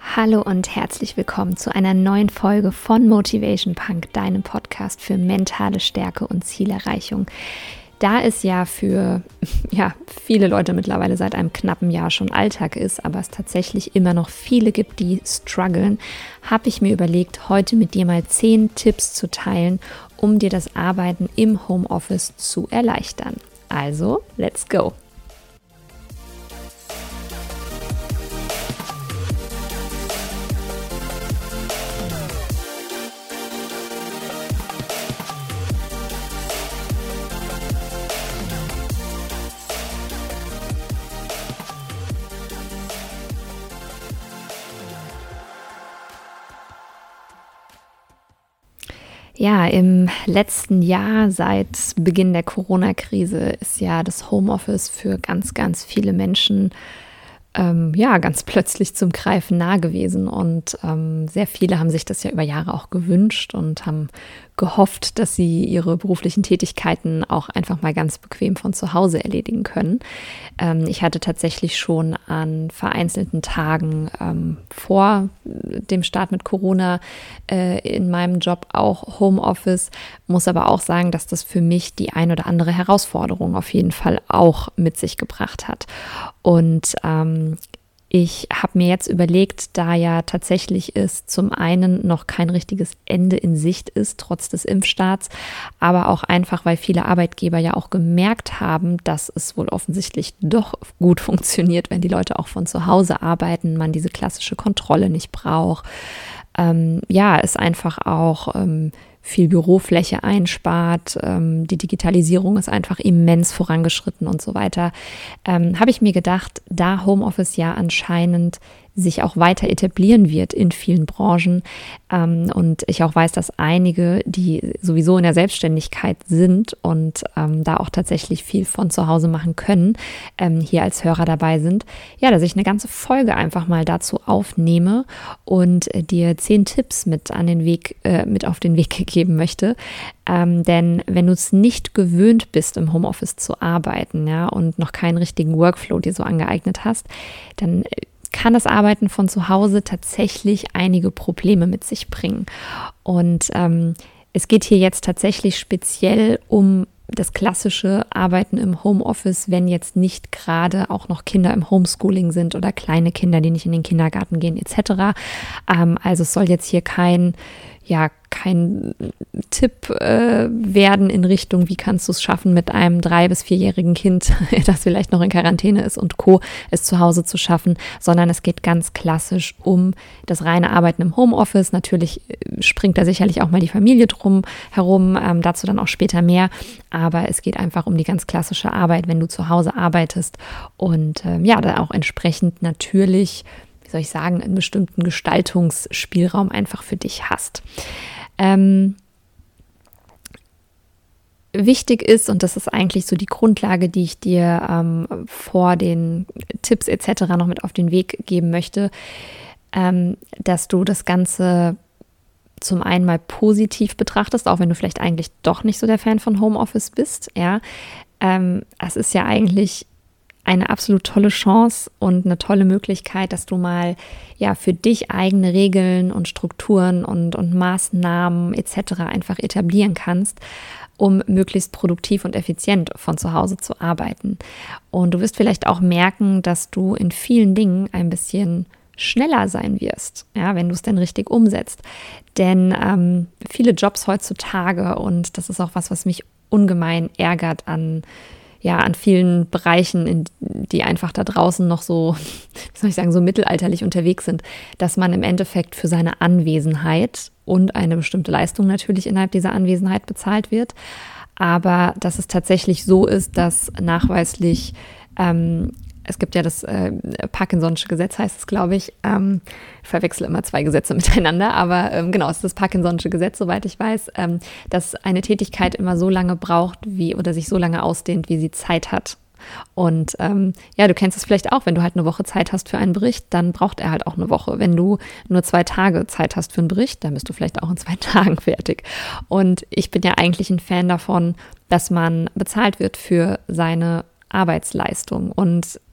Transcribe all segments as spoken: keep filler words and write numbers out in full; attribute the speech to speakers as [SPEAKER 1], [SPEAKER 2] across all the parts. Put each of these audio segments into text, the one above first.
[SPEAKER 1] Hallo und herzlich willkommen zu einer neuen Folge von Motivation Punk, deinem Podcast für mentale Stärke und Zielerreichung. Da es ja für ja, viele Leute mittlerweile seit einem knappen Jahr schon Alltag ist, aber es tatsächlich immer noch viele gibt, die strugglen, habe ich mir überlegt, heute mit dir mal zehn Tipps zu teilen, um dir das Arbeiten im Homeoffice zu erleichtern. Also, let's go! Ja, im letzten Jahr, seit Beginn der Corona-Krise, ist ja das Homeoffice für ganz, ganz viele Menschen ähm, ja ganz plötzlich zum Greifen nah gewesen. Und ähm, sehr viele haben sich das ja über Jahre auch gewünscht und haben gehofft, dass sie ihre beruflichen Tätigkeiten auch einfach mal ganz bequem von zu Hause erledigen können. Ähm, ich hatte tatsächlich schon an vereinzelten Tagen ähm, vor dem Start mit Corona äh, in meinem Job auch Homeoffice, muss aber auch sagen, dass das für mich die ein oder andere Herausforderung auf jeden Fall auch mit sich gebracht hat. Und ähm, Ich habe mir jetzt überlegt, da ja tatsächlich ist, zum einen noch kein richtiges Ende in Sicht ist, trotz des Impfstarts, aber auch einfach, weil viele Arbeitgeber ja auch gemerkt haben, dass es wohl offensichtlich doch gut funktioniert, wenn die Leute auch von zu Hause arbeiten, man diese klassische Kontrolle nicht braucht. Ähm, ja, es einfach auch ähm, viel Bürofläche einspart, ähm, die Digitalisierung ist einfach immens vorangeschritten und so weiter, ähm, habe ich mir gedacht, da Homeoffice ja anscheinend sich auch weiter etablieren wird in vielen Branchen ähm, und ich auch weiß, dass einige, die sowieso in der Selbstständigkeit sind und ähm, da auch tatsächlich viel von zu Hause machen können, ähm, hier als Hörer dabei sind, ja, dass ich eine ganze Folge einfach mal dazu aufnehme und äh, dir zehn Tipps mit an den Weg, äh, mit auf den Weg geben möchte. Ähm, denn wenn du es nicht gewöhnt bist, im Homeoffice zu arbeiten, ja, und noch keinen richtigen Workflow dir so angeeignet hast, dann kann das Arbeiten von zu Hause tatsächlich einige Probleme mit sich bringen. Und ähm, es geht hier jetzt tatsächlich speziell um das klassische Arbeiten im Homeoffice, wenn jetzt nicht gerade auch noch Kinder im Homeschooling sind oder kleine Kinder, die nicht in den Kindergarten gehen et cetera. Ähm, also es soll jetzt hier kein ja kein Tipp äh, werden in Richtung, wie kannst du es schaffen, mit einem drei- bis vierjährigen Kind, das vielleicht noch in Quarantäne ist und Co., es zu Hause zu schaffen, sondern es geht ganz klassisch um das reine Arbeiten im Homeoffice. Natürlich springt da sicherlich auch mal die Familie drum herum, ähm, dazu dann auch später mehr, aber es geht einfach um die ganz klassische Arbeit, wenn du zu Hause arbeitest und ähm, ja, da auch entsprechend natürlich, wie soll ich sagen, einen bestimmten Gestaltungsspielraum einfach für dich hast. Ähm, wichtig ist, und das ist eigentlich so die Grundlage, die ich dir ähm, vor den Tipps et cetera noch mit auf den Weg geben möchte, ähm, dass du das Ganze zum einen mal positiv betrachtest, auch wenn du vielleicht eigentlich doch nicht so der Fan von Homeoffice bist. Ja, ähm, es ist ja eigentlich eine absolut tolle Chance und eine tolle Möglichkeit, dass du mal ja für dich eigene Regeln und Strukturen und, und Maßnahmen et cetera einfach etablieren kannst, um möglichst produktiv und effizient von zu Hause zu arbeiten. Und du wirst vielleicht auch merken, dass du in vielen Dingen ein bisschen schneller sein wirst, ja, wenn du es denn richtig umsetzt. Denn ähm, viele Jobs heutzutage, und das ist auch was, was mich ungemein ärgert an ja, an vielen Bereichen, in, die einfach da draußen noch so, wie soll ich sagen, so mittelalterlich unterwegs sind, dass man im Endeffekt für seine Anwesenheit und eine bestimmte Leistung natürlich innerhalb dieser Anwesenheit bezahlt wird, aber dass es tatsächlich so ist, dass nachweislich ähm, es gibt ja das äh, Parkinson'sche Gesetz, heißt es, glaube ich. Ähm, ich verwechsel immer zwei Gesetze miteinander, aber ähm, genau, es ist das Parkinson'sche Gesetz, soweit ich weiß, ähm, dass eine Tätigkeit immer so lange braucht, wie oder sich so lange ausdehnt, wie sie Zeit hat. Und ähm, ja, du kennst es vielleicht auch, wenn du halt eine Woche Zeit hast für einen Bericht, dann braucht er halt auch eine Woche. Wenn du nur zwei Tage Zeit hast für einen Bericht, dann bist du vielleicht auch in zwei Tagen fertig. Und ich bin ja eigentlich ein Fan davon, dass man bezahlt wird für seine Arbeitsleistung. Und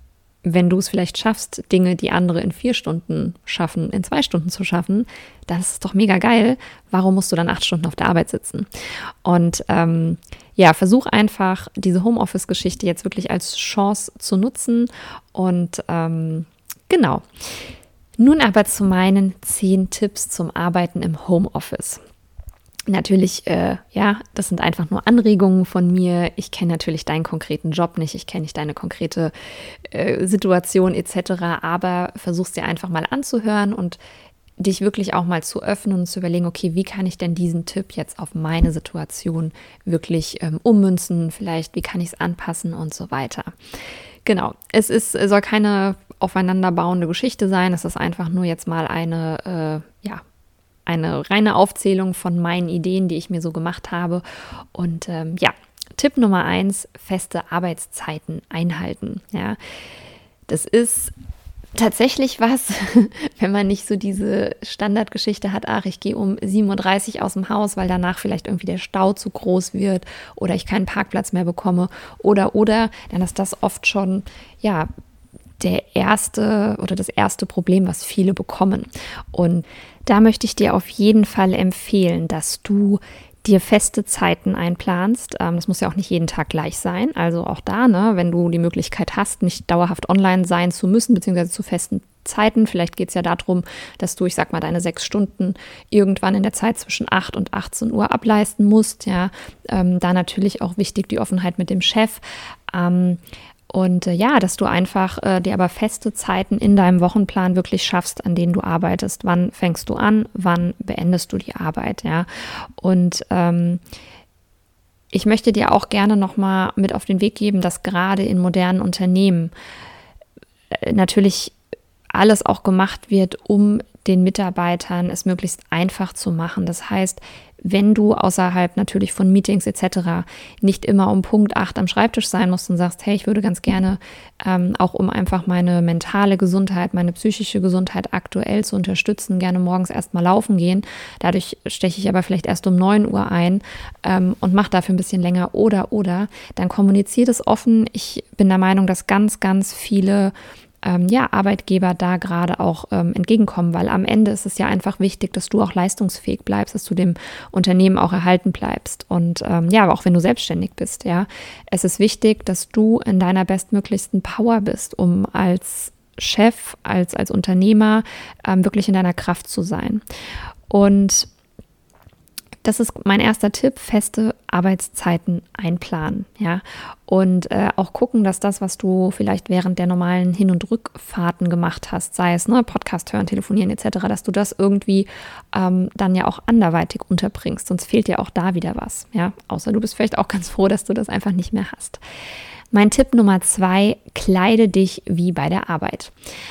[SPEAKER 1] wenn du es vielleicht schaffst, Dinge, die andere in vier Stunden schaffen, in zwei Stunden zu schaffen, dann ist es doch mega geil. Warum musst du dann acht Stunden auf der Arbeit sitzen? Und ähm, ja, versuch einfach, diese Homeoffice-Geschichte jetzt wirklich als Chance zu nutzen. Und ähm, genau. Nun aber zu meinen zehn Tipps zum Arbeiten im Homeoffice. Natürlich, äh, ja, das sind einfach nur Anregungen von mir. Ich kenne natürlich deinen konkreten Job nicht, ich kenne nicht deine konkrete äh, Situation et cetera. Aber versuch's dir einfach mal anzuhören und dich wirklich auch mal zu öffnen und zu überlegen, okay, wie kann ich denn diesen Tipp jetzt auf meine Situation wirklich ähm, ummünzen? Vielleicht, wie kann ich es anpassen und so weiter. Genau, es ist, soll keine aufeinanderbauende Geschichte sein. Es ist einfach nur jetzt mal eine, äh, ja, eine reine Aufzählung von meinen Ideen, die ich mir so gemacht habe. Und ähm, ja, Tipp Nummer eins, feste Arbeitszeiten einhalten. Ja, das ist tatsächlich was, wenn man nicht so diese Standardgeschichte hat, ach, ich gehe um sieben Uhr dreißig aus dem Haus, weil danach vielleicht irgendwie der Stau zu groß wird oder ich keinen Parkplatz mehr bekomme oder, oder, dann ist das oft schon, ja, der erste oder das erste Problem, was viele bekommen. Und da möchte ich dir auf jeden Fall empfehlen, dass du dir feste Zeiten einplanst. Ähm, das muss ja auch nicht jeden Tag gleich sein. Also auch da, ne, wenn du die Möglichkeit hast, nicht dauerhaft online sein zu müssen, beziehungsweise zu festen Zeiten. Vielleicht geht es ja darum, dass du, ich sag mal, deine sechs Stunden irgendwann in der Zeit zwischen acht und achtzehn Uhr ableisten musst. Ja, ähm, da natürlich auch wichtig die Offenheit mit dem Chef. Ähm, Und äh, ja, dass du einfach äh, dir aber feste Zeiten in deinem Wochenplan wirklich schaffst, an denen du arbeitest. Wann fängst du an? Wann beendest du die Arbeit? Ja, und ähm, ich möchte dir auch gerne nochmal mit auf den Weg geben, dass gerade in modernen Unternehmen äh, natürlich alles auch gemacht wird, um den Mitarbeitern es möglichst einfach zu machen. Das heißt, wenn du außerhalb natürlich von Meetings et cetera nicht immer um Punkt acht am Schreibtisch sein musst und sagst, hey, ich würde ganz gerne ähm, auch um einfach meine mentale Gesundheit, meine psychische Gesundheit aktuell zu unterstützen, gerne morgens erstmal laufen gehen. Dadurch steche ich aber vielleicht erst um neun Uhr ein ähm, und mache dafür ein bisschen länger oder, oder. Dann kommuniziert es offen. Ich bin der Meinung, dass ganz, ganz viele Ähm, ja, Arbeitgeber da gerade auch ähm, entgegenkommen, weil am Ende ist es ja einfach wichtig, dass du auch leistungsfähig bleibst, dass du dem Unternehmen auch erhalten bleibst und ähm, ja, aber auch wenn du selbstständig bist, ja, es ist wichtig, dass du in deiner bestmöglichsten Power bist, um als Chef, als, als Unternehmer ähm, wirklich in deiner Kraft zu sein. Und das ist mein erster Tipp, feste Arbeitszeiten einplanen, ja, und äh, auch gucken, dass das, was du vielleicht während der normalen Hin- und Rückfahrten gemacht hast, sei es ne, Podcast hören, telefonieren et cetera, dass du das irgendwie ähm, dann ja auch anderweitig unterbringst, sonst fehlt dir auch da wieder was, ja, außer du bist vielleicht auch ganz froh, dass du das einfach nicht mehr hast. Mein Tipp Nummer zwei, kleide dich wie bei der Arbeit.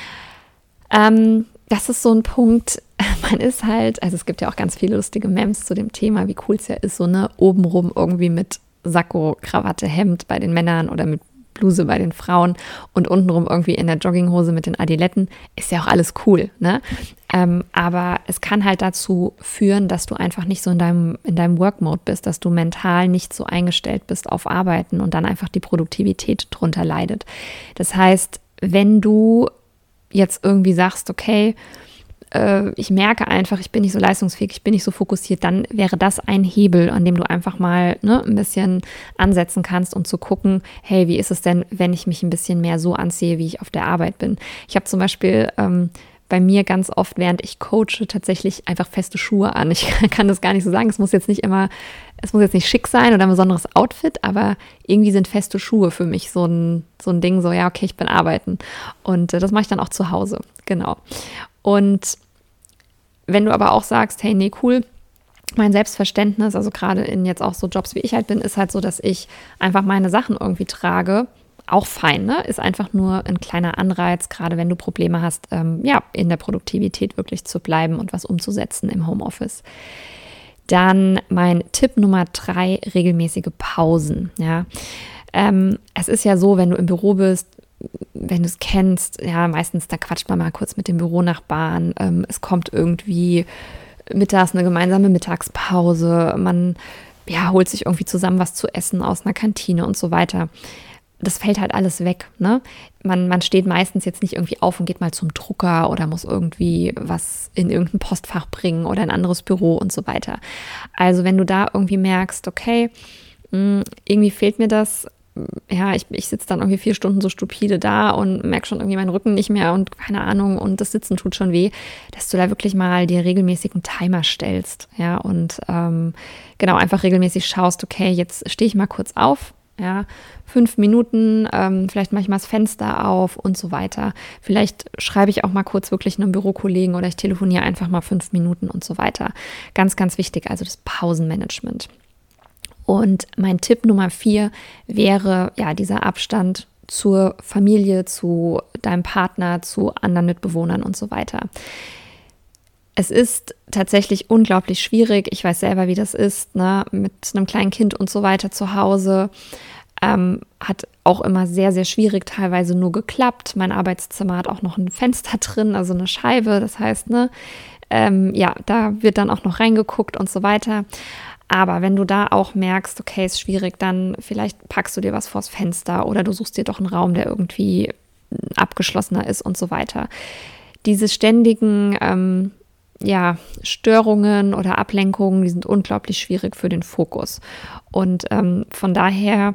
[SPEAKER 1] Ähm, das ist so ein Punkt, man ist halt, also es gibt ja auch ganz viele lustige Memes zu dem Thema, wie cool es ja ist, so ne, obenrum irgendwie mit Sakko, Krawatte, Hemd bei den Männern oder mit Bluse bei den Frauen und untenrum irgendwie in der Jogginghose mit den Adiletten, ist ja auch alles cool, ne? Ähm, aber es kann halt dazu führen, dass du einfach nicht so in deinem, in deinem Work-Mode bist, dass du mental nicht so eingestellt bist auf Arbeiten und dann einfach die Produktivität drunter leidet. Das heißt, wenn du jetzt irgendwie sagst, okay, äh, ich merke einfach, ich bin nicht so leistungsfähig, ich bin nicht so fokussiert, dann wäre das ein Hebel, an dem du einfach mal ne, ein bisschen ansetzen kannst, um zu gucken, hey, wie ist es denn, wenn ich mich ein bisschen mehr so anziehe, wie ich auf der Arbeit bin. Ich habe zum Beispiel ähm, bei mir ganz oft, während ich coache, tatsächlich einfach feste Schuhe an. Ich kann das gar nicht so sagen, es muss jetzt nicht immer, es muss jetzt nicht schick sein oder ein besonderes Outfit, aber irgendwie sind feste Schuhe für mich so ein, so ein Ding, so ja, okay, ich bin arbeiten. Und äh, das mache ich dann auch zu Hause, genau. Und wenn du aber auch sagst, hey, nee, cool, mein Selbstverständnis, also gerade in jetzt auch so Jobs, wie ich halt bin, ist halt so, dass ich einfach meine Sachen irgendwie trage, auch fein, ne? Ist einfach nur ein kleiner Anreiz, gerade wenn du Probleme hast, ähm, ja, in der Produktivität wirklich zu bleiben und was umzusetzen im Homeoffice. Dann mein Tipp Nummer drei, regelmäßige Pausen, ja. Ähm, es ist ja so, wenn du im Büro bist, wenn du es kennst, ja, meistens, da quatscht man mal kurz mit dem Büronachbarn, ähm, es kommt irgendwie mittags eine gemeinsame Mittagspause, man ja, holt sich irgendwie zusammen was zu essen aus einer Kantine und so weiter. das fällt halt alles weg, ne? Man, man steht meistens jetzt nicht irgendwie auf und geht mal zum Drucker oder muss irgendwie was in irgendein Postfach bringen oder ein anderes Büro und so weiter. Also wenn du da irgendwie merkst, okay, mh, irgendwie fehlt mir das, ja, ich, ich sitze dann irgendwie vier Stunden so stupide da und merke schon irgendwie meinen Rücken nicht mehr und keine Ahnung und das Sitzen tut schon weh, dass du da wirklich mal dir regelmäßig einen Timer stellst, ja, und ähm, genau, einfach regelmäßig schaust, okay, jetzt stehe ich mal kurz auf, ja, fünf Minuten, ähm, vielleicht mache ich mal das Fenster auf und so weiter. Vielleicht schreibe ich auch mal kurz wirklich einem Bürokollegen oder ich telefoniere einfach mal fünf Minuten und so weiter. Ganz, ganz wichtig, also das Pausenmanagement. Und mein Tipp Nummer vier wäre ja dieser Abstand zur Familie, zu deinem Partner, zu anderen Mitbewohnern und so weiter. Es ist tatsächlich unglaublich schwierig. Ich weiß selber, wie das ist, ne? Mit einem kleinen Kind und so weiter zu Hause. Ähm, hat auch immer sehr, sehr schwierig teilweise nur geklappt. Mein Arbeitszimmer hat auch noch ein Fenster drin, also eine Scheibe. Das heißt, ne, ähm, ja, da wird dann auch noch reingeguckt und so weiter. Aber wenn du da auch merkst, okay, ist schwierig, dann vielleicht packst du dir was vors Fenster oder du suchst dir doch einen Raum, der irgendwie abgeschlossener ist und so weiter. Diese ständigen ähm, ja, Störungen oder Ablenkungen, die sind unglaublich schwierig für den Fokus. Und ähm, von daher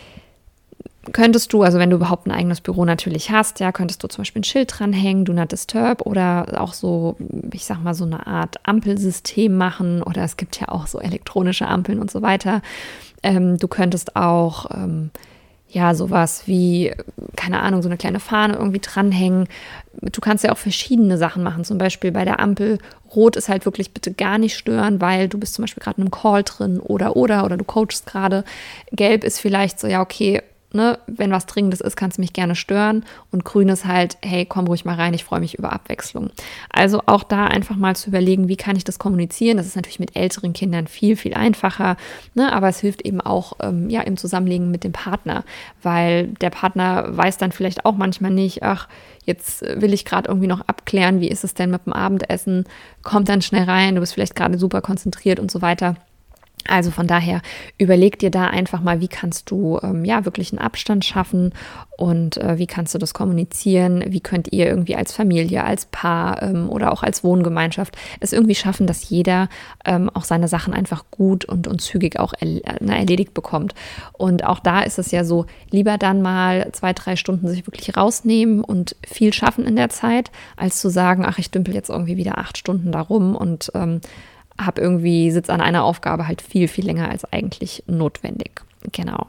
[SPEAKER 1] könntest du, also wenn du überhaupt ein eigenes Büro natürlich hast, ja, könntest du zum Beispiel ein Schild dranhängen, Do Not Disturb oder auch so, ich sag mal, so eine Art Ampelsystem machen oder es gibt ja auch so elektronische Ampeln und so weiter. Ähm, du könntest auch, ähm, ja, sowas wie, keine Ahnung, so eine kleine Fahne irgendwie dranhängen. Du kannst ja auch verschiedene Sachen machen, zum Beispiel bei der Ampel. Rot ist halt wirklich bitte gar nicht stören, weil du bist zum Beispiel gerade in einem Call drin oder, oder, oder du coachst gerade. Gelb ist vielleicht so, ja, okay, ne, wenn was Dringendes ist, kannst du mich gerne stören. Und grün ist halt, hey, komm ruhig mal rein, ich freue mich über Abwechslung. Also auch da einfach mal zu überlegen, wie kann ich das kommunizieren? Das ist natürlich mit älteren Kindern viel, viel einfacher, ne, aber es hilft eben auch ähm, ja, im Zusammenleben mit dem Partner, weil der Partner weiß dann vielleicht auch manchmal nicht, ach, jetzt will ich gerade irgendwie noch abklären, wie ist es denn mit dem Abendessen? Kommt dann schnell rein, du bist vielleicht gerade super konzentriert und so weiter. Also von daher überleg dir da einfach mal, wie kannst du ähm, ja wirklich einen Abstand schaffen und äh, wie kannst du das kommunizieren, wie könnt ihr irgendwie als Familie, als Paar ähm, oder auch als Wohngemeinschaft es irgendwie schaffen, dass jeder ähm, auch seine Sachen einfach gut und, und zügig auch erl- na, erledigt bekommt. Und auch da ist es ja so, lieber dann mal zwei, drei Stunden sich wirklich rausnehmen und viel schaffen in der Zeit, als zu sagen, ach, ich dümpel jetzt irgendwie wieder acht Stunden da rum und ähm, habe irgendwie, sitze an einer Aufgabe halt viel, viel länger als eigentlich notwendig. Genau.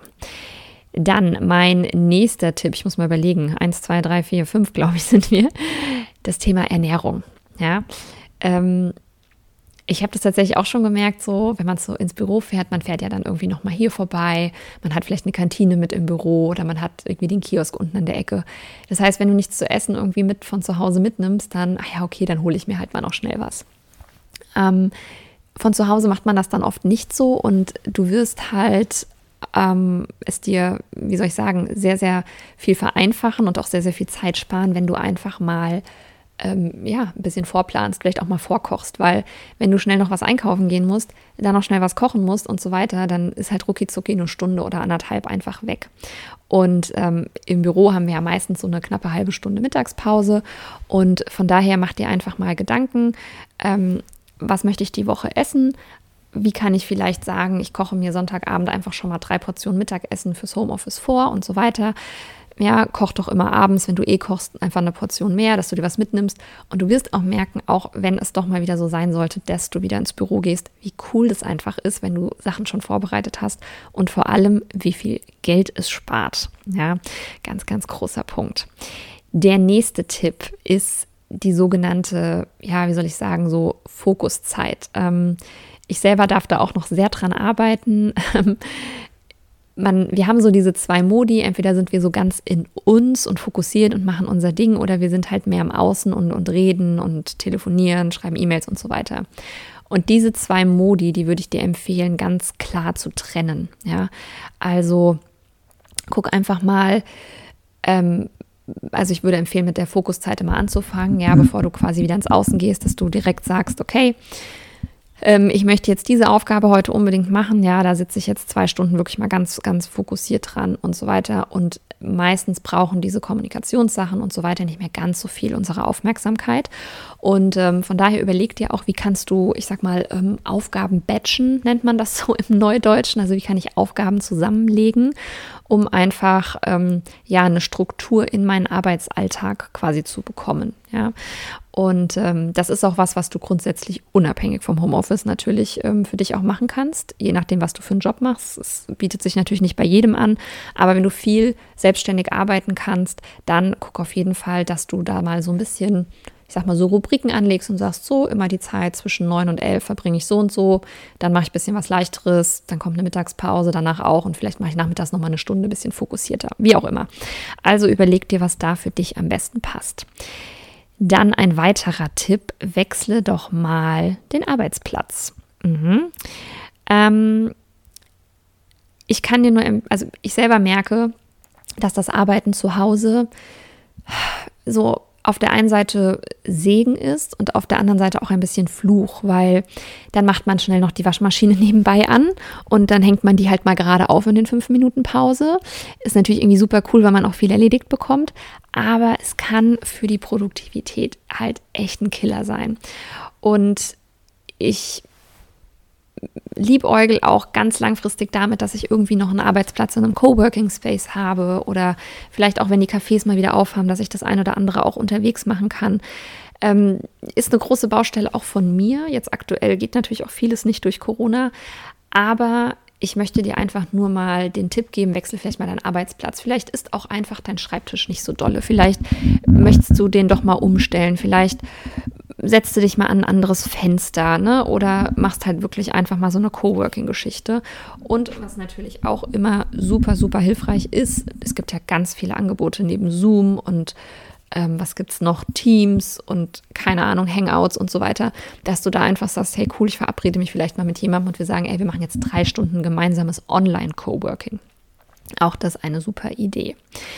[SPEAKER 1] Dann mein nächster Tipp, ich muss mal überlegen, eins, zwei, drei, vier, fünf, glaube ich, sind wir, das Thema Ernährung. Ja, ähm, ich habe das tatsächlich auch schon gemerkt, so, wenn man so ins Büro fährt, man fährt ja dann irgendwie nochmal hier vorbei, man hat vielleicht eine Kantine mit im Büro oder man hat irgendwie den Kiosk unten an der Ecke. Das heißt, wenn du nichts zu essen irgendwie mit von zu Hause mitnimmst, dann, ach ja, okay, dann hole ich mir halt mal noch schnell was. Ähm, von zu Hause macht man das dann oft nicht so und du wirst halt ähm, es dir, wie soll ich sagen, sehr, sehr viel vereinfachen und auch sehr, sehr viel Zeit sparen, wenn du einfach mal ähm, ja, ein bisschen vorplanst, vielleicht auch mal vorkochst, weil wenn du schnell noch was einkaufen gehen musst, dann noch schnell was kochen musst und so weiter, dann ist halt rucki-zucki eine Stunde oder anderthalb einfach weg. Und ähm, im Büro haben wir ja meistens so eine knappe halbe Stunde Mittagspause und von daher mach dir einfach mal Gedanken, ähm, was möchte ich die Woche essen? Wie kann ich vielleicht sagen, ich koche mir Sonntagabend einfach schon mal drei Portionen Mittagessen fürs Homeoffice vor und so weiter. Ja, koch doch immer abends, wenn du eh kochst, einfach eine Portion mehr, dass du dir was mitnimmst. Und du wirst auch merken, auch wenn es doch mal wieder so sein sollte, dass du wieder ins Büro gehst, wie cool das einfach ist, wenn du Sachen schon vorbereitet hast und vor allem, wie viel Geld es spart. Ja, ganz, ganz großer Punkt. Der nächste Tipp ist die sogenannte, ja, wie soll ich sagen, so Fokuszeit. Ähm, ich selber darf da auch noch sehr dran arbeiten. Man, wir haben so diese zwei Modi, entweder sind wir so ganz in uns und fokussiert und machen unser Ding oder wir sind halt mehr im Außen und, und reden und telefonieren, schreiben E-Mails und so weiter. Und diese zwei Modi, die würde ich dir empfehlen, ganz klar zu trennen. Ja, also guck einfach mal, ähm, also ich würde empfehlen, mit der Fokuszeit immer anzufangen, ja, bevor du quasi wieder ins Außen gehst, dass du direkt sagst, okay, ähm, ich möchte jetzt diese Aufgabe heute unbedingt machen, ja, da sitze ich jetzt zwei Stunden wirklich mal ganz, ganz fokussiert dran und so weiter und meistens brauchen diese Kommunikationssachen und so weiter nicht mehr ganz so viel unsere Aufmerksamkeit. Und ähm, von daher überleg dir auch, wie kannst du, ich sag mal, ähm, Aufgaben batchen, nennt man das so im Neudeutschen. Also wie kann ich Aufgaben zusammenlegen, um einfach ähm, ja eine Struktur in meinen Arbeitsalltag quasi zu bekommen. Ja. Und ähm, das ist auch was, was du grundsätzlich unabhängig vom Homeoffice natürlich ähm, für dich auch machen kannst, je nachdem, was du für einen Job machst. Es bietet sich natürlich nicht bei jedem an, aber wenn du viel selbstständig arbeiten kannst, dann guck auf jeden Fall, dass du da mal so ein bisschen, ich sag mal, so Rubriken anlegst und sagst, so immer die Zeit zwischen neun und elf verbringe ich so und so, dann mache ich ein bisschen was Leichteres, dann kommt eine Mittagspause, danach auch und vielleicht mache ich nachmittags nochmal eine Stunde ein bisschen fokussierter, wie auch immer. Also überleg dir, was da für dich am besten passt. Dann ein weiterer Tipp, wechsle doch mal den Arbeitsplatz. Mhm. Ähm, ich kann dir nur, also ich selber merke, dass das Arbeiten zu Hause so auf der einen Seite Segen ist und auf der anderen Seite auch ein bisschen Fluch, weil dann macht man schnell noch die Waschmaschine nebenbei an und dann hängt man die halt mal gerade auf in den fünf Minuten Pause. Ist natürlich irgendwie super cool, weil man auch viel erledigt bekommt, aber es kann für die Produktivität halt echt ein Killer sein. Und ich liebäugel auch ganz langfristig damit, dass ich irgendwie noch einen Arbeitsplatz in einem Coworking Space habe oder vielleicht auch, wenn die Cafés mal wieder aufhaben, dass ich das ein oder andere auch unterwegs machen kann. Ähm, ist eine große Baustelle auch von mir. Jetzt aktuell geht natürlich auch vieles nicht durch Corona, aber ich möchte dir einfach nur mal den Tipp geben, wechsel vielleicht mal deinen Arbeitsplatz. Vielleicht ist auch einfach dein Schreibtisch nicht so dolle. Vielleicht möchtest du den doch mal umstellen. Vielleicht setzt du dich mal an ein anderes Fenster, ne? Oder machst halt wirklich einfach mal so eine Coworking-Geschichte. Und was natürlich auch immer super, super hilfreich ist, es gibt ja ganz viele Angebote neben Zoom und ähm, was gibt's noch, Teams und keine Ahnung, Hangouts und so weiter, dass du da einfach sagst, hey cool, ich verabrede mich vielleicht mal mit jemandem und wir sagen, ey, wir machen jetzt drei Stunden gemeinsames Online-Coworking. Auch das eine super Idee.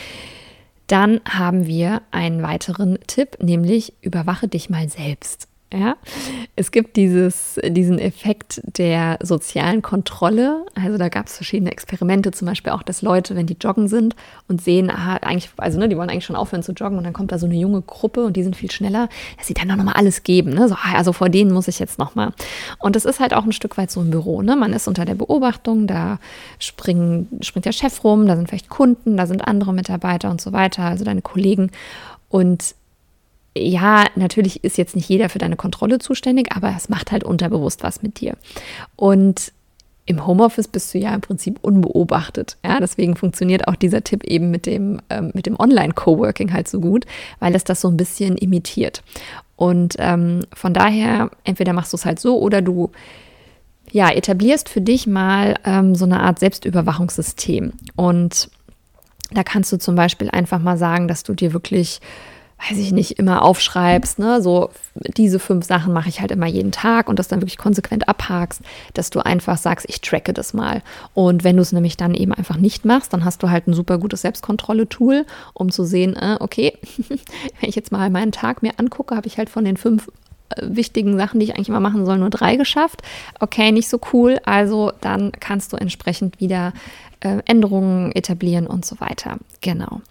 [SPEAKER 1] Dann haben wir einen weiteren Tipp, nämlich überwache dich mal selbst. Ja? Es gibt dieses, diesen Effekt der sozialen Kontrolle. Also da gab es verschiedene Experimente, zum Beispiel auch, dass Leute, wenn die joggen sind und sehen, aha, eigentlich, also ne, die wollen eigentlich schon aufhören zu joggen und dann kommt da so eine junge Gruppe und die sind viel schneller, dass sie dann doch nochmal alles geben. Ne? So, also vor denen muss ich jetzt nochmal. Und das ist halt auch ein Stück weit so im Büro. Ne? Man ist unter der Beobachtung, da springen, springt der Chef rum, da sind vielleicht Kunden, da sind andere Mitarbeiter und so weiter, also deine Kollegen. Und ja, natürlich ist jetzt nicht jeder für deine Kontrolle zuständig, aber es macht halt unterbewusst was mit dir. Und im Homeoffice bist du ja im Prinzip unbeobachtet. Ja, deswegen funktioniert auch dieser Tipp eben mit dem, ähm, mit dem Online-Coworking halt so gut, weil es das so ein bisschen imitiert. Und ähm, von daher, entweder machst du es halt so oder du ja, etablierst für dich mal ähm, so eine Art Selbstüberwachungssystem. Und da kannst du zum Beispiel einfach mal sagen, dass du dir wirklich, weiß ich nicht, immer aufschreibst, ne, so diese fünf Sachen mache ich halt immer jeden Tag und das dann wirklich konsequent abhakst, dass du einfach sagst, ich tracke das mal. Und wenn du es nämlich dann eben einfach nicht machst, dann hast du halt ein super gutes Selbstkontrolle-Tool, um zu sehen, äh, okay, wenn ich jetzt mal meinen Tag mir angucke, habe ich halt von den fünf äh, wichtigen Sachen, die ich eigentlich mal machen soll, nur drei geschafft. Okay, nicht so cool, also dann kannst du entsprechend wieder äh, Änderungen etablieren und so weiter. Genau.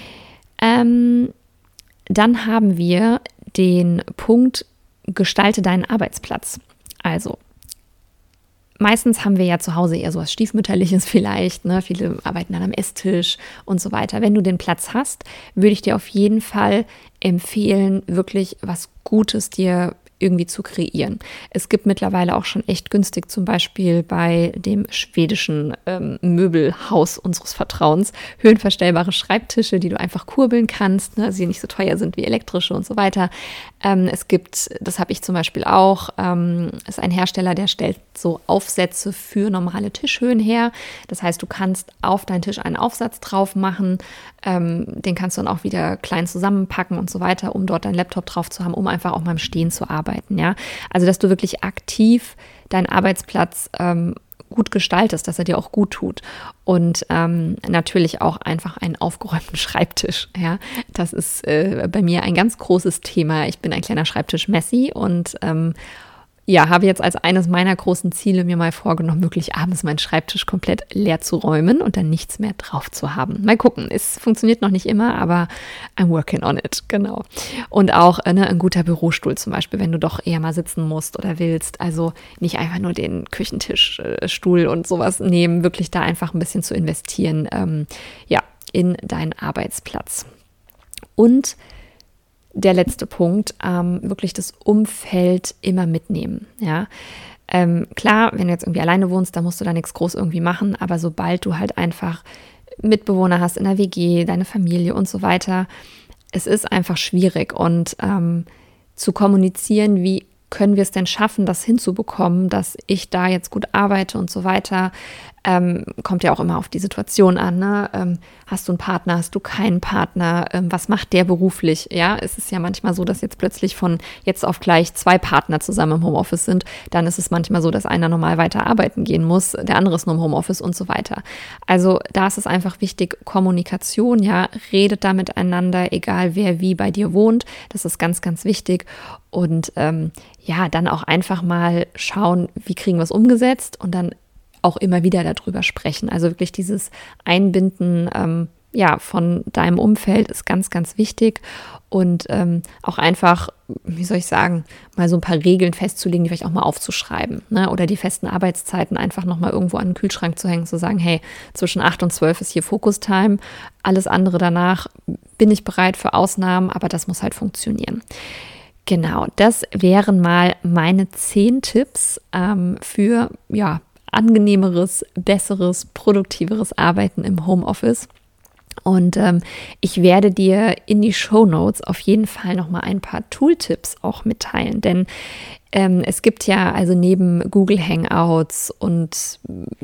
[SPEAKER 1] Ähm, Dann haben wir den Punkt, gestalte deinen Arbeitsplatz. Also meistens haben wir ja zu Hause eher so was Stiefmütterliches vielleicht, ne? Viele arbeiten dann am Esstisch und so weiter. Wenn du den Platz hast, würde ich dir auf jeden Fall empfehlen, wirklich was Gutes dir irgendwie zu kreieren. Es gibt mittlerweile auch schon echt günstig, zum Beispiel bei dem schwedischen ähm, Möbelhaus unseres Vertrauens, höhenverstellbare Schreibtische, die du einfach kurbeln kannst, ne, sie nicht so teuer sind wie elektrische und so weiter. Ähm, es gibt, das habe ich zum Beispiel auch, ähm, ist ein Hersteller, der stellt so Aufsätze für normale Tischhöhen her. Das heißt, du kannst auf deinen Tisch einen Aufsatz drauf machen, ähm, den kannst du dann auch wieder klein zusammenpacken und so weiter, um dort deinen Laptop drauf zu haben, um einfach auch mal im Stehen zu arbeiten. Ja? Also, dass du wirklich aktiv deinen Arbeitsplatz ähm, gut gestaltest, dass er dir auch gut tut. Und ähm, natürlich auch einfach einen aufgeräumten Schreibtisch. Ja? Das ist äh, bei mir ein ganz großes Thema. Ich bin ein kleiner Schreibtisch-Messi und ähm, ja, habe jetzt als eines meiner großen Ziele mir mal vorgenommen, wirklich abends meinen Schreibtisch komplett leer zu räumen und dann nichts mehr drauf zu haben. Mal gucken, es funktioniert noch nicht immer, aber I'm working on it, genau. Und auch ne, ein guter Bürostuhl zum Beispiel, wenn du doch eher mal sitzen musst oder willst. Also nicht einfach nur den Küchentischstuhl und sowas nehmen, wirklich da einfach ein bisschen zu investieren, ähm, ja, in deinen Arbeitsplatz. Und der letzte Punkt, ähm, wirklich das Umfeld immer mitnehmen, ja. Ähm, klar, wenn du jetzt irgendwie alleine wohnst, dann musst du da nichts groß irgendwie machen, aber sobald du halt einfach Mitbewohner hast in der W G, deine Familie und so weiter, es ist einfach schwierig und ähm, zu kommunizieren, wie können wir es denn schaffen, das hinzubekommen, dass ich da jetzt gut arbeite und so weiter, ähm, kommt ja auch immer auf die Situation an, ne? Ähm, hast du einen Partner, hast du keinen Partner, ähm, was macht der beruflich, ja, es ist ja manchmal so, dass jetzt plötzlich von jetzt auf gleich zwei Partner zusammen im Homeoffice sind, dann ist es manchmal so, dass einer normal weiter arbeiten gehen muss, der andere ist nur im Homeoffice und so weiter. Also da ist es einfach wichtig, Kommunikation, ja, redet da miteinander, egal wer wie bei dir wohnt, das ist ganz, ganz wichtig und ähm, ja, dann auch einfach mal schauen, wie kriegen wir es umgesetzt und dann auch immer wieder darüber sprechen. Also wirklich dieses Einbinden ähm, ja, von deinem Umfeld ist ganz, ganz wichtig und ähm, auch einfach, wie soll ich sagen, mal so ein paar Regeln festzulegen, die vielleicht auch mal aufzuschreiben, ne? Oder die festen Arbeitszeiten einfach nochmal irgendwo an den Kühlschrank zu hängen, zu sagen, hey, zwischen acht und zwölf ist hier Focus-Time, alles andere danach bin ich bereit für Ausnahmen, aber das muss halt funktionieren. Genau, das wären mal meine zehn Tipps ähm, für, ja, angenehmeres, besseres, produktiveres Arbeiten im Homeoffice. Und ähm, ich werde dir in die Shownotes auf jeden Fall nochmal ein paar Tooltips auch mitteilen, denn ähm, es gibt ja also neben Google Hangouts und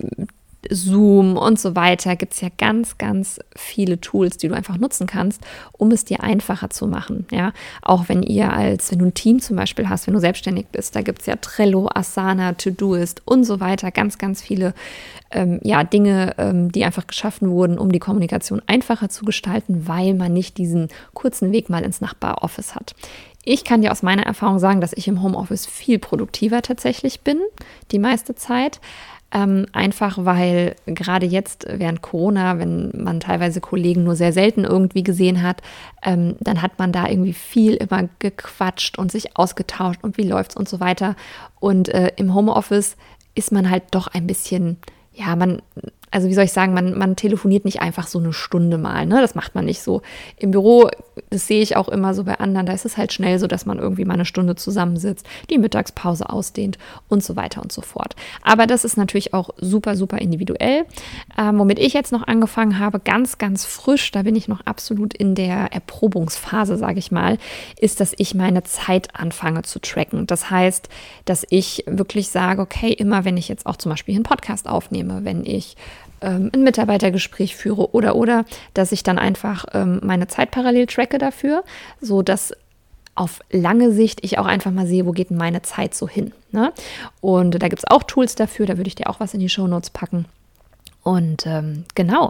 [SPEAKER 1] Zoom und so weiter gibt es ja ganz, ganz viele Tools, die du einfach nutzen kannst, um es dir einfacher zu machen. Ja, auch wenn ihr als, wenn du ein Team zum Beispiel hast, wenn du selbstständig bist, da gibt es ja Trello, Asana, Todoist und so weiter, ganz, ganz viele ähm, ja, Dinge, ähm, die einfach geschaffen wurden, um die Kommunikation einfacher zu gestalten, weil man nicht diesen kurzen Weg mal ins Nachbaroffice hat. Ich kann dir aus meiner Erfahrung sagen, dass ich im Homeoffice viel produktiver tatsächlich bin, die meiste Zeit. Ähm, einfach weil gerade jetzt während Corona, wenn man teilweise Kollegen nur sehr selten irgendwie gesehen hat, ähm, dann hat man da irgendwie viel immer gequatscht und sich ausgetauscht und wie läuft's und so weiter. Und äh, im Homeoffice ist man halt doch ein bisschen, ja, man, also wie soll ich sagen, man, man telefoniert nicht einfach so eine Stunde mal, ne? Das macht man nicht so. Im Büro, das sehe ich auch immer so bei anderen, da ist es halt schnell so, dass man irgendwie mal eine Stunde zusammensitzt, die Mittagspause ausdehnt und so weiter und so fort. Aber das ist natürlich auch super, super individuell. Ähm, womit ich jetzt noch angefangen habe, ganz, ganz frisch, da bin ich noch absolut in der Erprobungsphase, sage ich mal, ist, dass ich meine Zeit anfange zu tracken. Das heißt, dass ich wirklich sage, okay, immer wenn ich jetzt auch zum Beispiel einen Podcast aufnehme, wenn ich ein Mitarbeitergespräch führe oder oder, dass ich dann einfach ähm, meine Zeit parallel tracke dafür, so dass auf lange Sicht ich auch einfach mal sehe, wo geht denn meine Zeit so hin, ne? Und da gibt es auch Tools dafür, da würde ich dir auch was in die Shownotes packen. Und ähm, genau.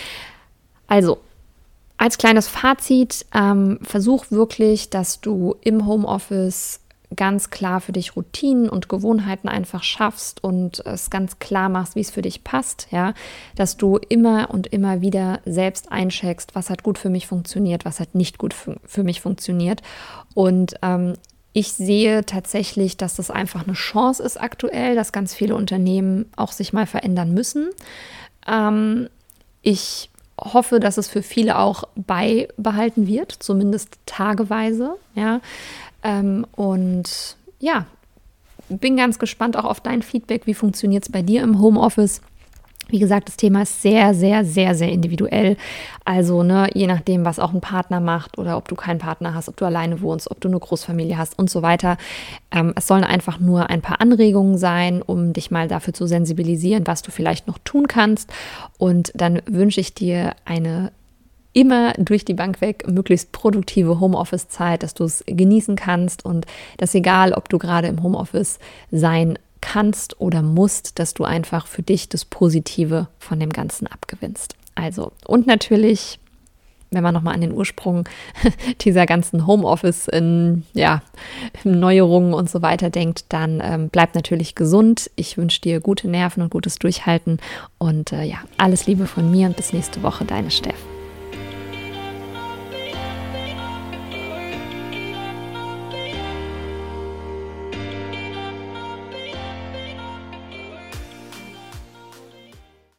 [SPEAKER 1] Also, als kleines Fazit, ähm, versuch wirklich, dass du im Homeoffice ganz klar für dich Routinen und Gewohnheiten einfach schaffst und es ganz klar machst, wie es für dich passt, ja, dass du immer und immer wieder selbst eincheckst, was hat gut für mich funktioniert, was hat nicht gut für, für mich funktioniert. Und ähm, ich sehe tatsächlich, dass das einfach eine Chance ist aktuell, dass ganz viele Unternehmen auch sich mal verändern müssen. Ähm, ich hoffe, dass es für viele auch beibehalten wird, zumindest tageweise, ja. Ähm, und ja, bin ganz gespannt auch auf dein Feedback. Wie funktioniert es bei dir im Homeoffice? Wie gesagt, das Thema ist sehr, sehr, sehr, sehr individuell. Also, ne, je nachdem, was auch ein Partner macht oder ob du keinen Partner hast, ob du alleine wohnst, ob du eine Großfamilie hast und so weiter. Ähm, es sollen einfach nur ein paar Anregungen sein, um dich mal dafür zu sensibilisieren, was du vielleicht noch tun kannst. Und dann wünsche ich dir eine immer durch die Bank weg möglichst produktive Homeoffice-Zeit, dass du es genießen kannst und dass egal, ob du gerade im Homeoffice sein kannst oder musst, dass du einfach für dich das Positive von dem Ganzen abgewinnst. Also, und natürlich wenn man nochmal an den Ursprung dieser ganzen Homeoffice in, ja, Neuerungen und so weiter denkt, dann ähm, bleib natürlich gesund. Ich wünsche dir gute Nerven und gutes Durchhalten und äh, ja, alles Liebe von mir und bis nächste Woche, deine Steff.